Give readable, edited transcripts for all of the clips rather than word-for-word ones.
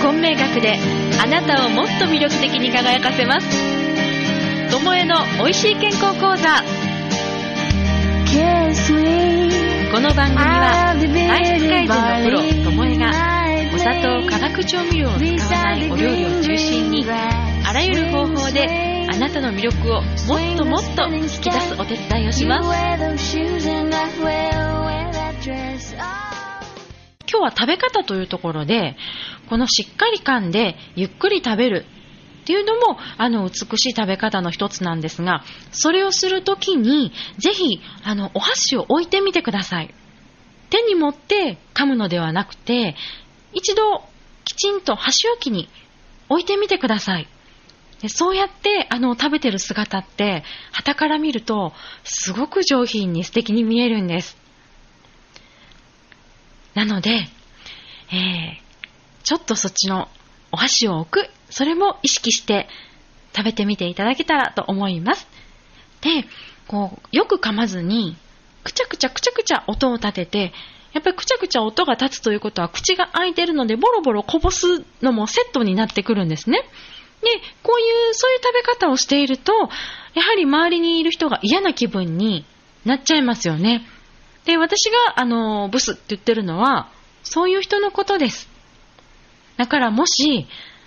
本命学であなたをもっと魅力的に輝かせます。ともえのおいしい健康講座。この番組は体質改善のプロともえがお砂糖化学調味料を使わないお料理を中心にあらゆる方法であなたの魅力をもっともっと引き出すお手伝いをします。今日は食べ方というところで、このしっかり噛んでゆっくり食べるっていうのも美しい食べ方の一つなんですが、それをするときにぜひお箸を置いてみてください。手に持って噛むのではなくて、一度きちんと箸置きに置いてみてください。でそうやって食べてる姿って傍から見るとすごく上品に素敵に見えるんです。なので、ちょっとそっちのお箸を置く、それも意識して食べてみていただけたらと思います。で、よく噛まずにくちゃくちゃくちゃくちゃ音を立てて、やっぱりくちゃくちゃ音が立つということは口が開いてるのでボロボロこぼすのもセットになってくるんですね。で、そういう食べ方をしていると、やはり周りにいる人が嫌な気分になっちゃいますよね。で、私がブスって言ってるのはそういう人のことです。だからもし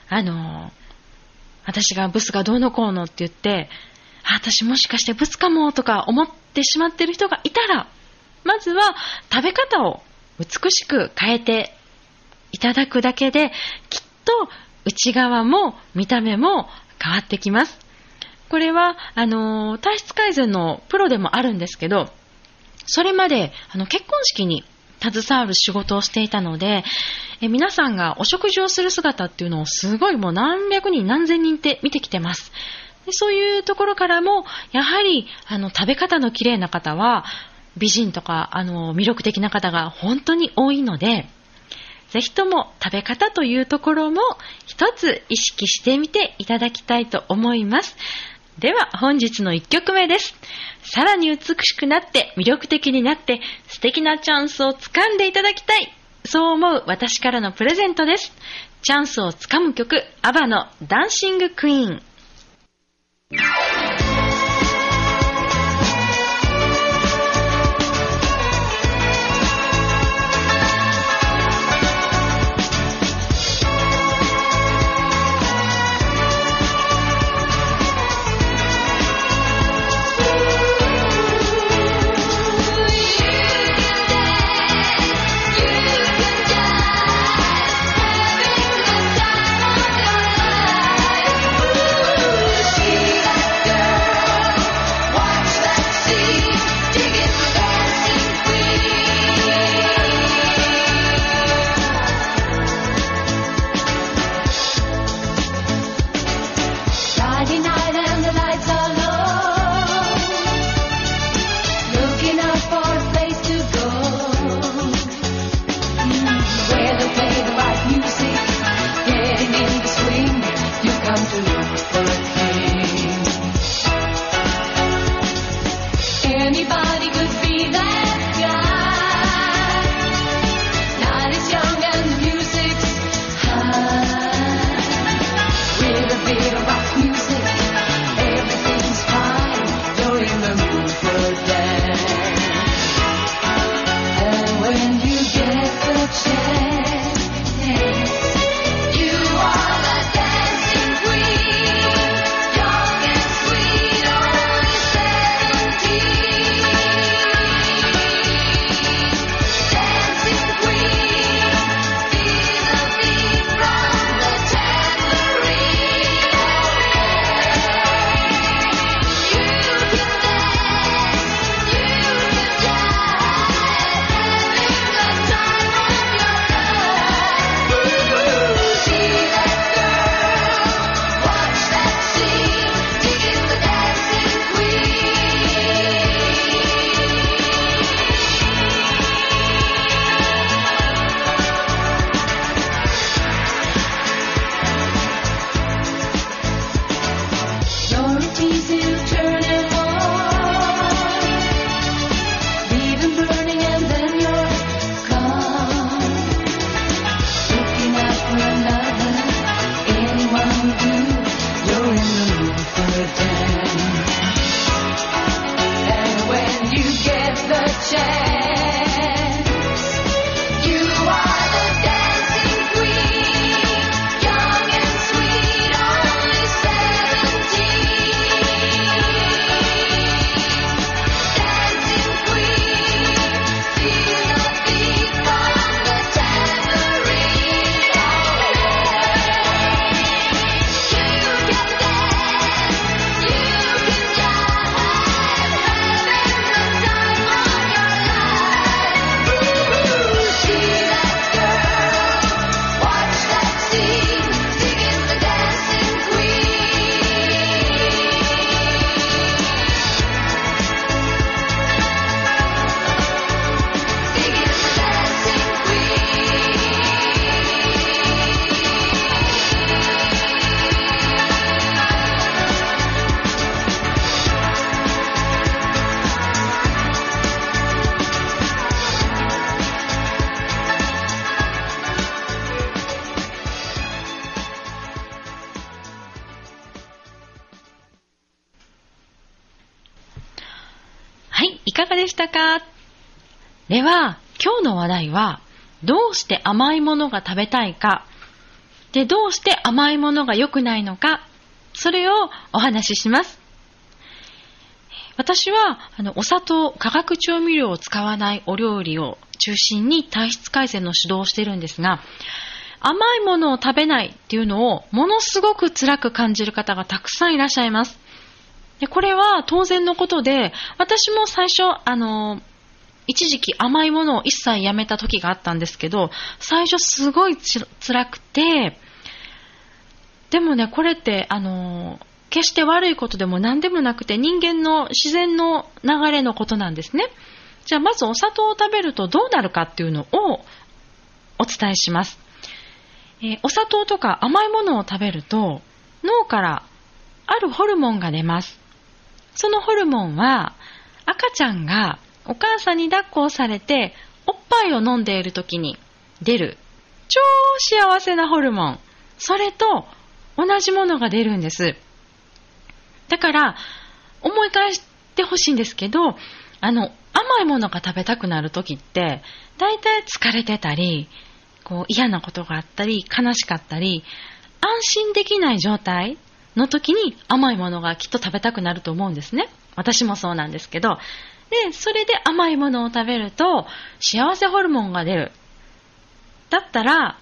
私がブスがどうのこうのって言って、私もしかしてブスかもとか思ってしまってる人がいたら、まずは食べ方を美しく変えていただくだけで、きっと内側も見た目も変わってきます。これは体質改善のプロでもあるんですけど、それまで結婚式に携わる仕事をしていたので、皆さんがお食事をする姿っていうのをすごいもう何百人何千人って見てきてます。でそういうところからもやはり食べ方の綺麗な方は美人とか魅力的な方が本当に多いので、ぜひとも食べ方というところも一つ意識してみていただきたいと思います。では本日の1曲目です。さらに美しくなって魅力的になって素敵なチャンスをつかんでいただきたい、そう思う私からのプレゼントです。チャンスをつかむ曲、アバのダンシングクイーン。 You're in the mood for a dance. And when you get the chance, you are the dancing queen, young and sweet, only 17. Dancing queen, feel the beat from the tambourine. You can dance, you can jive, having the time of your life. Ooh, see that girl, watch that scene, singing the dancing queen. Singing the dancing queen. はい、いかがでしたか？では、今日の話題は、どうして甘いものが食べたいか、で、どうして甘いものが良くないのか、それをお話しします。私は、お砂糖、化学調味料を使わないお料理を中心に体質改善の指導をしているんですが、甘いものを食べないっていうのをものすごく辛く感じる方がたくさんいらっしゃいます。で、これは当然のことで、私も最初、一時期甘いものを一切やめた時があったんですけど、最初すごい辛くて、でもね、これって、決して悪いことでも何でもなくて、人間の自然の流れのことなんですね。じゃあまずお砂糖を食べるとどうなるかっていうのをお伝えします。お砂糖とか甘いものを食べると脳からあるホルモンが出ます。そのホルモンは赤ちゃんがお母さんに抱っこをされておっぱいを飲んでいる時に出る超幸せなホルモン、それと同じものが出るんです。だから思い返してほしいんですけど、甘いものが食べたくなる時ってだいたい疲れてたり、こう嫌なことがあったり悲しかったり安心できない状態の時に甘いものがきっと食べたくなると思うんですね。私もそうなんですけど、でそれで甘いものを食べると幸せホルモンが出る。だったら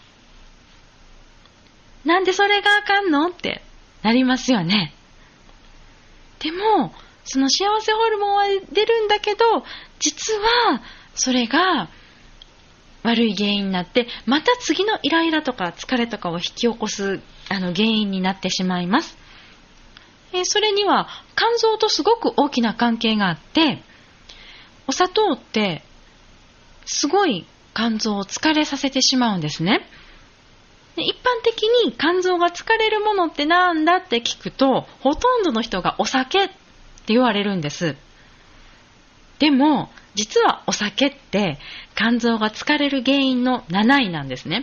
なんでそれがあかんのってなりますよね。でもその幸せホルモンは出るんだけど、実はそれが悪い原因になってまた次のイライラとか疲れとかを引き起こす原因になってしまいます。それには肝臓とすごく大きな関係があって、お砂糖ってすごい肝臓を疲れさせてしまうんですね。一般的に肝臓が疲れるものってなんだって聞くと、ほとんどの人がお酒って言われるんです。でも実はお酒って肝臓が疲れる原因の7位なんですね。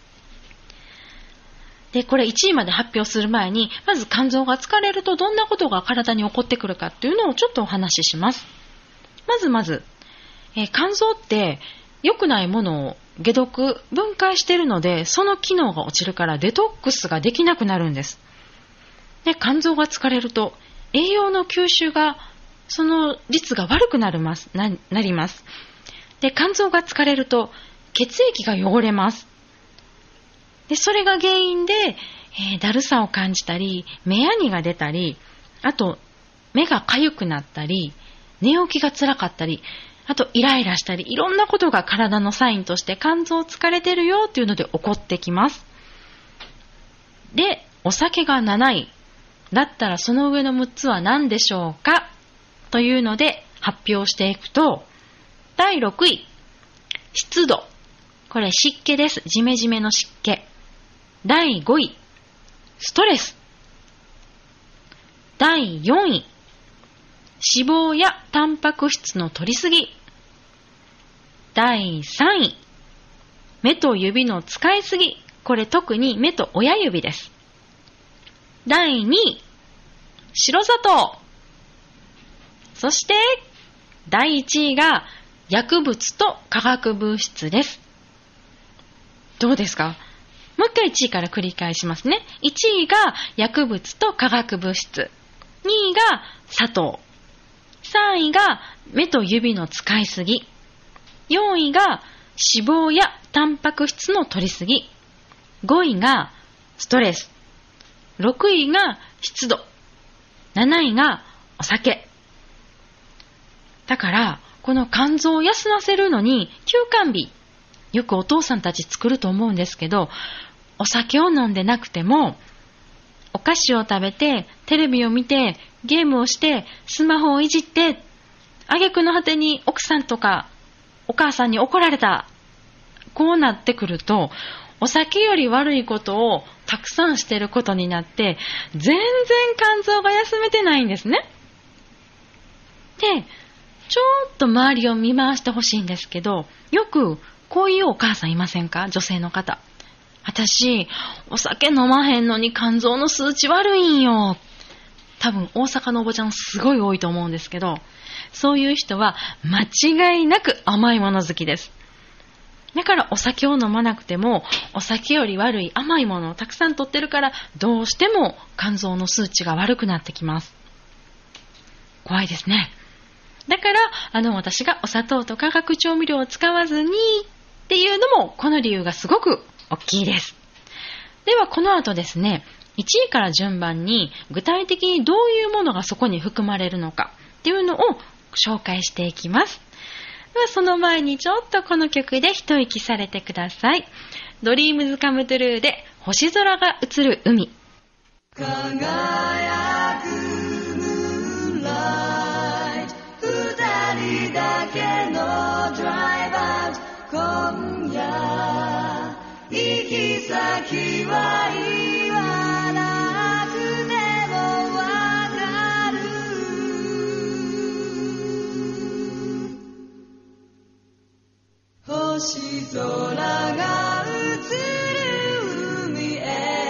で、これ1位まで発表する前に、まず肝臓が疲れるとどんなことが体に起こってくるかっていうのをちょっとお話しします。まず、肝臓って良くないものを解毒、分解しているので、その機能が落ちるからデトックスができなくなるんです。で、肝臓が疲れると栄養の吸収がその率が悪くなります。で、肝臓が疲れると血液が汚れます。で、それが原因で、だるさを感じたり、目やにが出たり、あと目が痒くなったり、寝起きが辛かったり、あとイライラしたり、いろんなことが体のサインとして肝臓疲れてるよっていうので起こってきます。で、お酒が7位だったらその上の6つは何でしょうかというので発表していくと、第6位、湿度。これ湿気です。ジメジメの湿気。第5位、ストレス。第4位、脂肪やタンパク質の摂りすぎ。第3位、目と指の使いすぎ。これ特に目と親指です。 第2位、白砂糖。そして、第1位が薬物と化学物質です。どうですか？もう一回1位から繰り返しますね。1位が薬物と化学物質。2位が砂糖。3位が目と指の使いすぎ。4位が脂肪やタンパク質の摂りすぎ。5位がストレス。6位が湿度。7位がお酒。だから、この肝臓を休ませるのに休肝日。よくお父さんたち作ると思うんですけど、お酒を飲んでなくても、お菓子を食べて、テレビを見て、ゲームをして、スマホをいじって、挙句の果てに奥さんとかお母さんに怒られた。こうなってくると、お酒より悪いことをたくさんしてることになって、全然肝臓が休めてないんですね。で、ちょっと周りを見回してほしいんですけど、よくこういうお母さんいませんか？女性の方。私、お酒飲まへんのに肝臓の数値悪いんよ。多分大阪のおばちゃんすごい多いと思うんですけど、そういう人は間違いなく甘いもの好きです。だからお酒を飲まなくても、お酒より悪い甘いものをたくさん取ってるから、どうしても肝臓の数値が悪くなってきます。怖いですね。だから、私がお砂糖と化学調味料を使わずにっていうのも、この理由がすごく大きいです。では、この後ですね、1位から順番に具体的にどういうものがそこに含まれるのかっていうのを紹介していきます。では、その前にちょっとこの曲で一息されてください。ドリームズカムトゥルーで星空が映る海。 輝くムーンライト、二人だけのドライブアウト、今夜行き先は言わなくてもわかる、星空が映る海へ。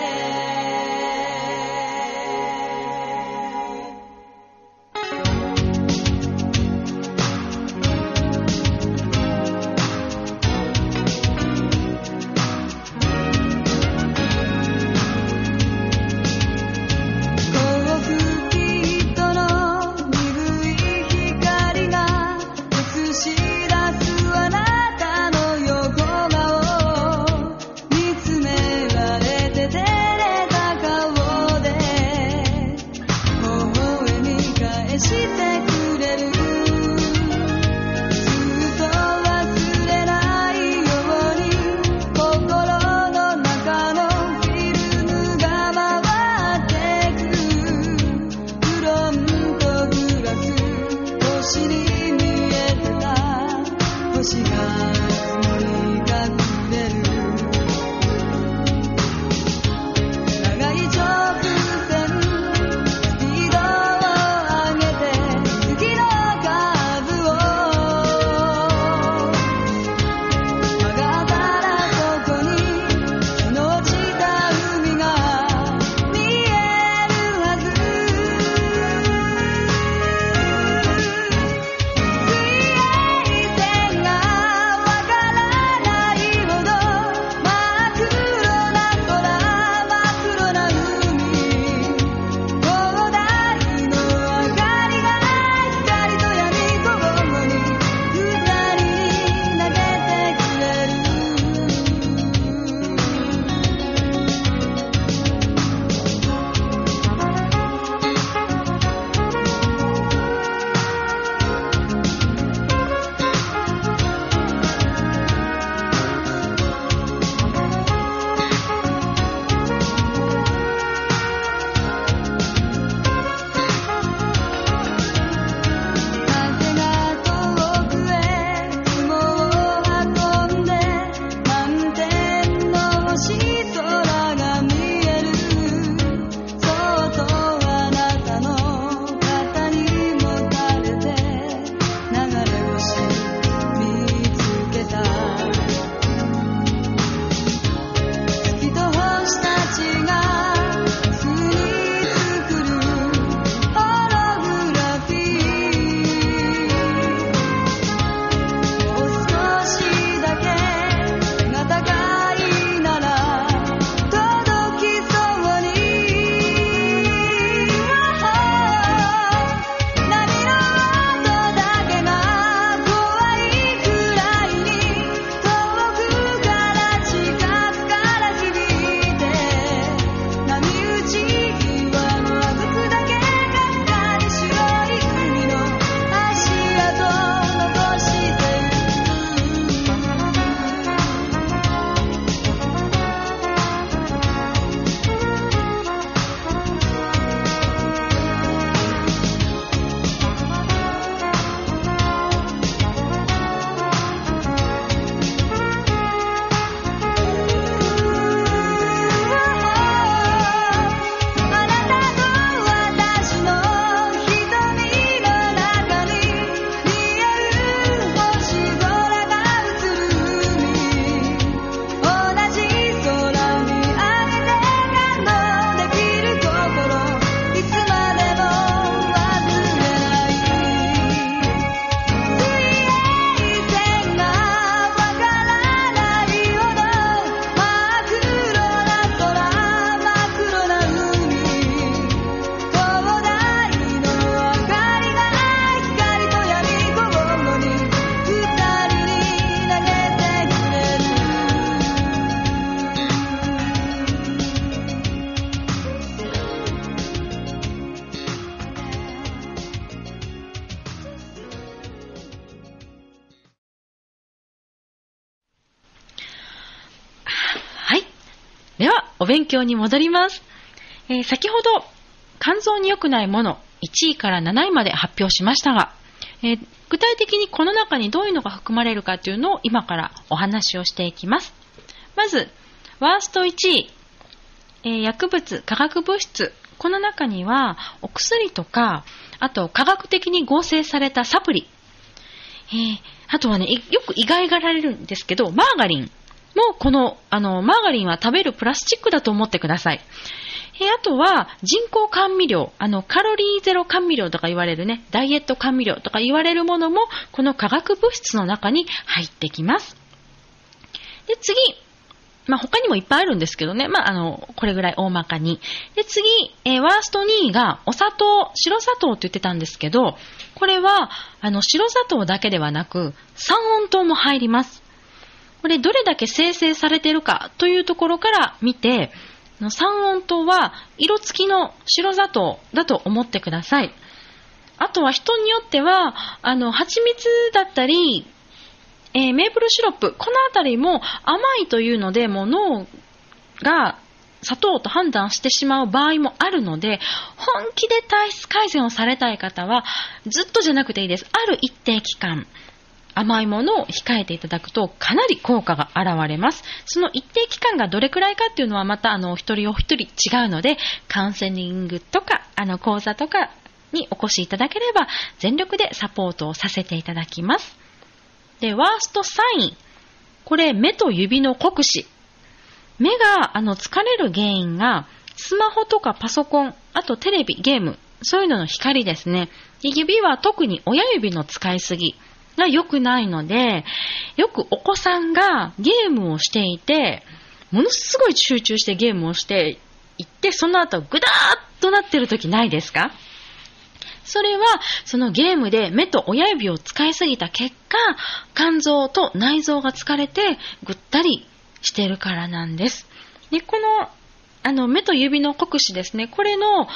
では、お勉強に戻ります。先ほど、肝臓に良くないもの、1位から7位まで発表しましたが、具体的にこの中にどういうのが含まれるかというのを今からお話をしていきます。まず、ワースト1位、薬物、化学物質。この中には、お薬とか、あと化学的に合成されたサプリ。あとはね、よく意外がられるんですけど、マーガリンもマーガリンは食べるプラスチックだと思ってください。あとは人工甘味料、カロリーゼロ甘味料とか言われるね、ダイエット甘味料とか言われるものも、この化学物質の中に入ってきます。で、次、他にもいっぱいあるんですけどね、これぐらい大まかに。で、次、ワースト2位がお砂糖、白砂糖って言ってたんですけど、これは、白砂糖だけではなく、三温糖も入ります。これ、どれだけ生成されているかというところから見て、三温糖は色付きの白砂糖だと思ってください。あとは人によっては、蜂蜜だったり、メープルシロップ、このあたりも甘いというので、もう脳が砂糖と判断してしまう場合もあるので、本気で体質改善をされたい方は、ずっとじゃなくていいです。ある一定期間、甘いものを控えていただくとかなり効果が現れます。その一定期間がどれくらいかっていうのはまた一人お一人違うので、カウンセリングとか講座とかにお越しいただければ全力でサポートをさせていただきます。で、ワースト3位。これ、目と指の酷使。目が疲れる原因がスマホとかパソコン、あとテレビ、ゲーム、そういうのの光ですね。で、指は特に親指の使いすぎが良くないので、よくお子さんがゲームをしていて、ものすごい集中してゲームをしていって、その後グダーッとなってる時ないですか？それは、そのゲームで目と親指を使いすぎた結果、肝臓と内臓が疲れてぐったりしているからなんです。で、この、目と指の酷使ですね。これの、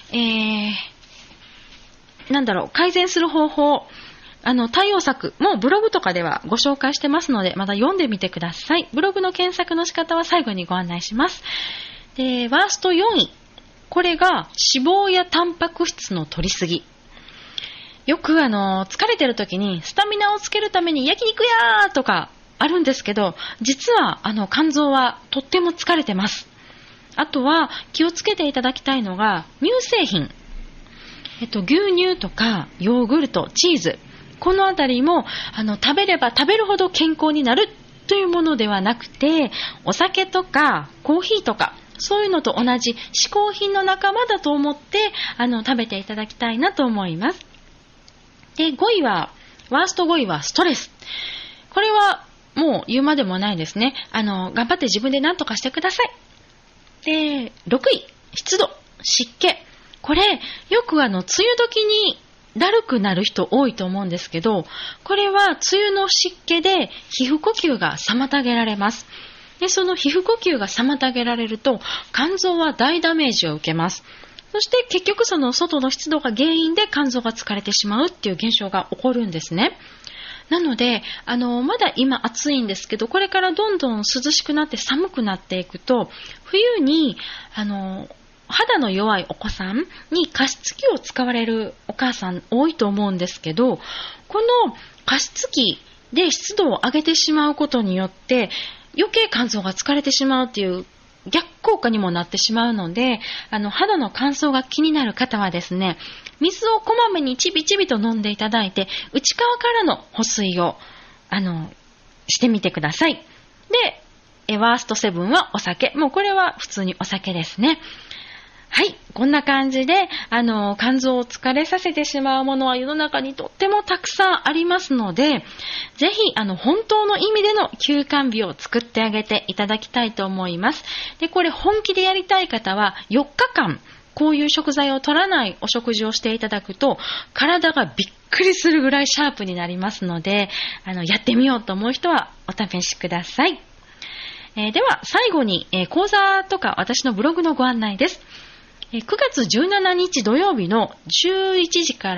改善する方法、対応策もブログとかではご紹介してますので、また読んでみてください。ブログの検索の仕方は最後にご案内します。で、ワースト4位。これが脂肪やタンパク質の摂りすぎ。よく疲れてる時にスタミナをつけるために焼肉やーとかあるんですけど、実は肝臓はとっても疲れてます。あとは気をつけていただきたいのが乳製品。牛乳とかヨーグルト、チーズ。このあたりも食べれば食べるほど健康になるというものではなくて、お酒とかコーヒーとかそういうのと同じ嗜好品の仲間だと思って食べていただきたいなと思います。で、ワースト5位はストレス。これはもう言うまでもないですね。頑張って自分で何とかしてください。で、6位、湿度、湿気。これ、よく梅雨時にだるくなる人多いと思うんですけど、これは梅雨の湿気で皮膚呼吸が妨げられます。で、その皮膚呼吸が妨げられると、肝臓は大ダメージを受けます。そして結局その外の湿度が原因で肝臓が疲れてしまうっていう現象が起こるんですね。なので、まだ今暑いんですけど、これからどんどん涼しくなって寒くなっていくと、冬に、肌の弱いお子さんに加湿器を使われるお母さん多いと思うんですけど、この加湿器で湿度を上げてしまうことによって、余計肝臓が疲れてしまうっていう逆効果にもなってしまうので、肌の乾燥が気になる方はですね、水をこまめにちびちびと飲んでいただいて、内側からの保水を、してみてください。で、ワースト7はお酒。もうこれは普通にお酒ですね。はい。こんな感じで、肝臓を疲れさせてしまうものは世の中にとってもたくさんありますので、ぜひ、本当の意味での休肝日を作ってあげていただきたいと思います。で、これ本気でやりたい方は、4日間、こういう食材を取らないお食事をしていただくと、体がびっくりするぐらいシャープになりますので、やってみようと思う人はお試しください。では、最後に、講座とか私のブログのご案内です。9月17日土曜日の11時から、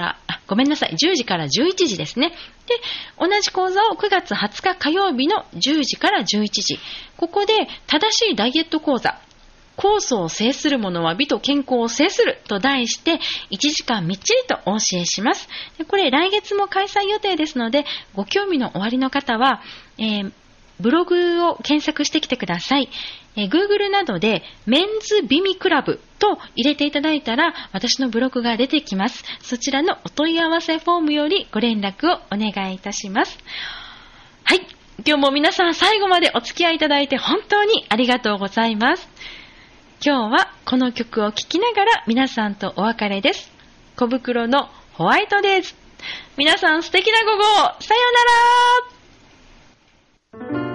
ごめんなさい、10時から11時ですね。で、同じ講座を9月20日火曜日の10時から11時。ここで正しいダイエット講座、酵素を制する者は美と健康を制すると題して1時間みっちりとお教えします。でこれ来月も開催予定ですので、ご興味のおありの方は、ブログを検索してきてください。Google などでメンズ美味クラブと入れていただいたら私のブログが出てきます。そちらのお問い合わせフォームよりご連絡をお願いいたします。はい、今日も皆さん最後までお付き合いいただいて本当にありがとうございます。今日はこの曲を聴きながら皆さんとお別れです。小袋のホワイトデイズ。皆さん素敵な午後を。さようなら。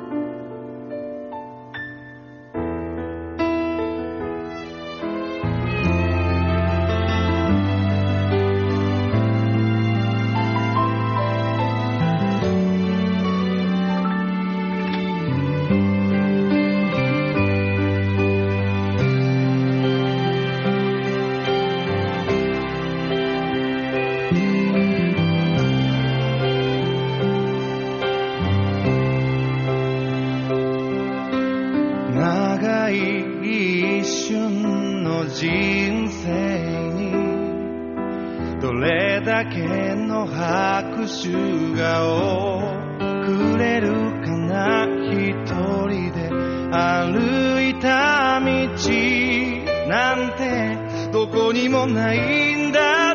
人生にどれだけの拍手が送れるかな。一人で歩いた道なんてどこにもないんだって。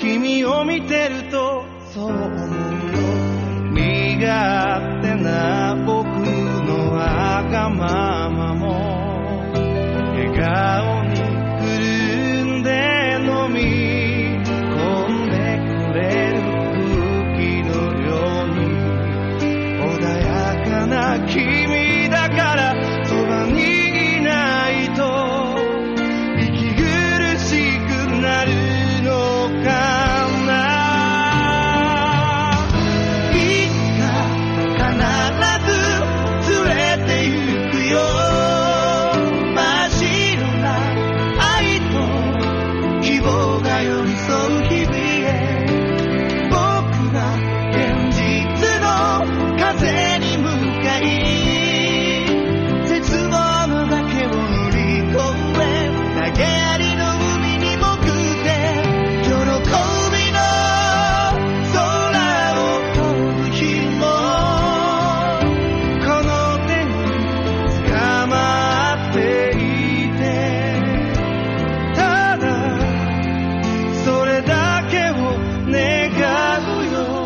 君を見てるとそう思うよ。身勝手な僕のわがままも笑顔にくるんで飲み込んでくれる空気のように、穏やかな君だからそばにいないと息苦しくなるのかな。いつか必ず連れて行くよ。希望が寄り添う日々へ、僕が現実の風に向かい、絶望の崖を乗り越え、投げやりの海に潜って喜びの空を飛ぶ日も、この手に捕まっていて、ただそれだけを願うよ。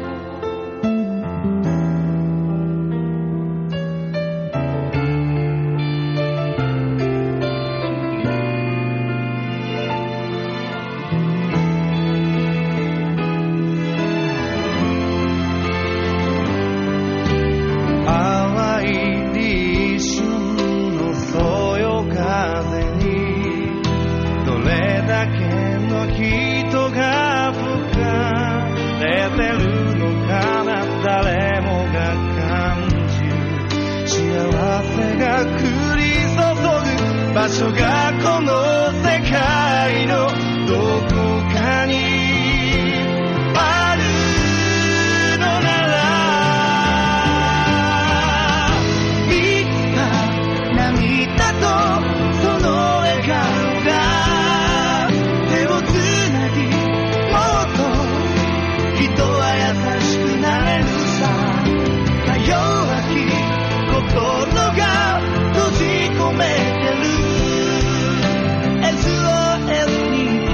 淡い立春のそよ風にどれだけの人が吹かれてるのかな。誰もが感じる幸せが降り注ぐ場所がこの世界のどこかにあるのなら、いつか涙とその笑顔が手をつなぎ、もっと人は優しくなれるさ。か弱き心が閉じ込めてる SOS に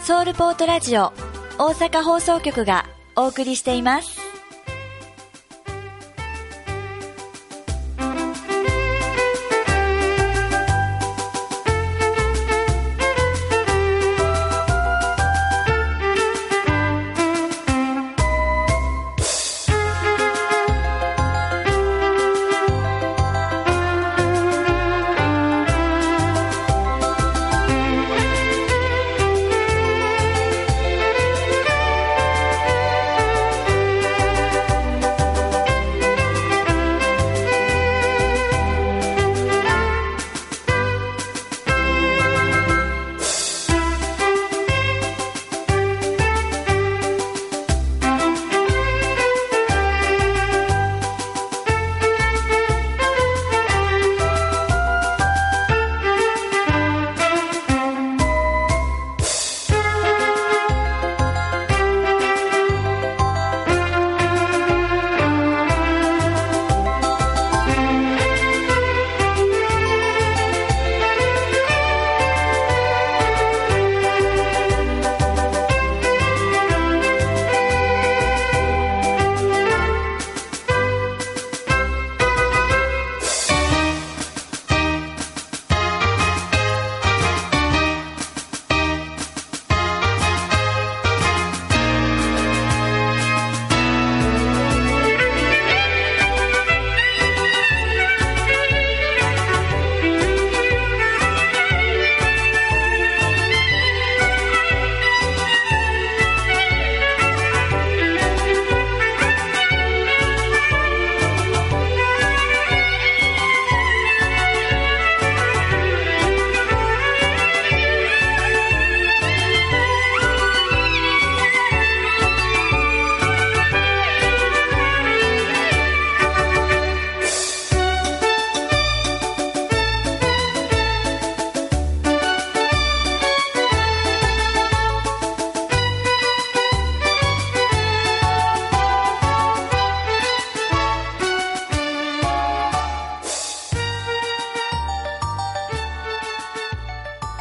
ソウルポートラジオ大阪放送局がお送りしています。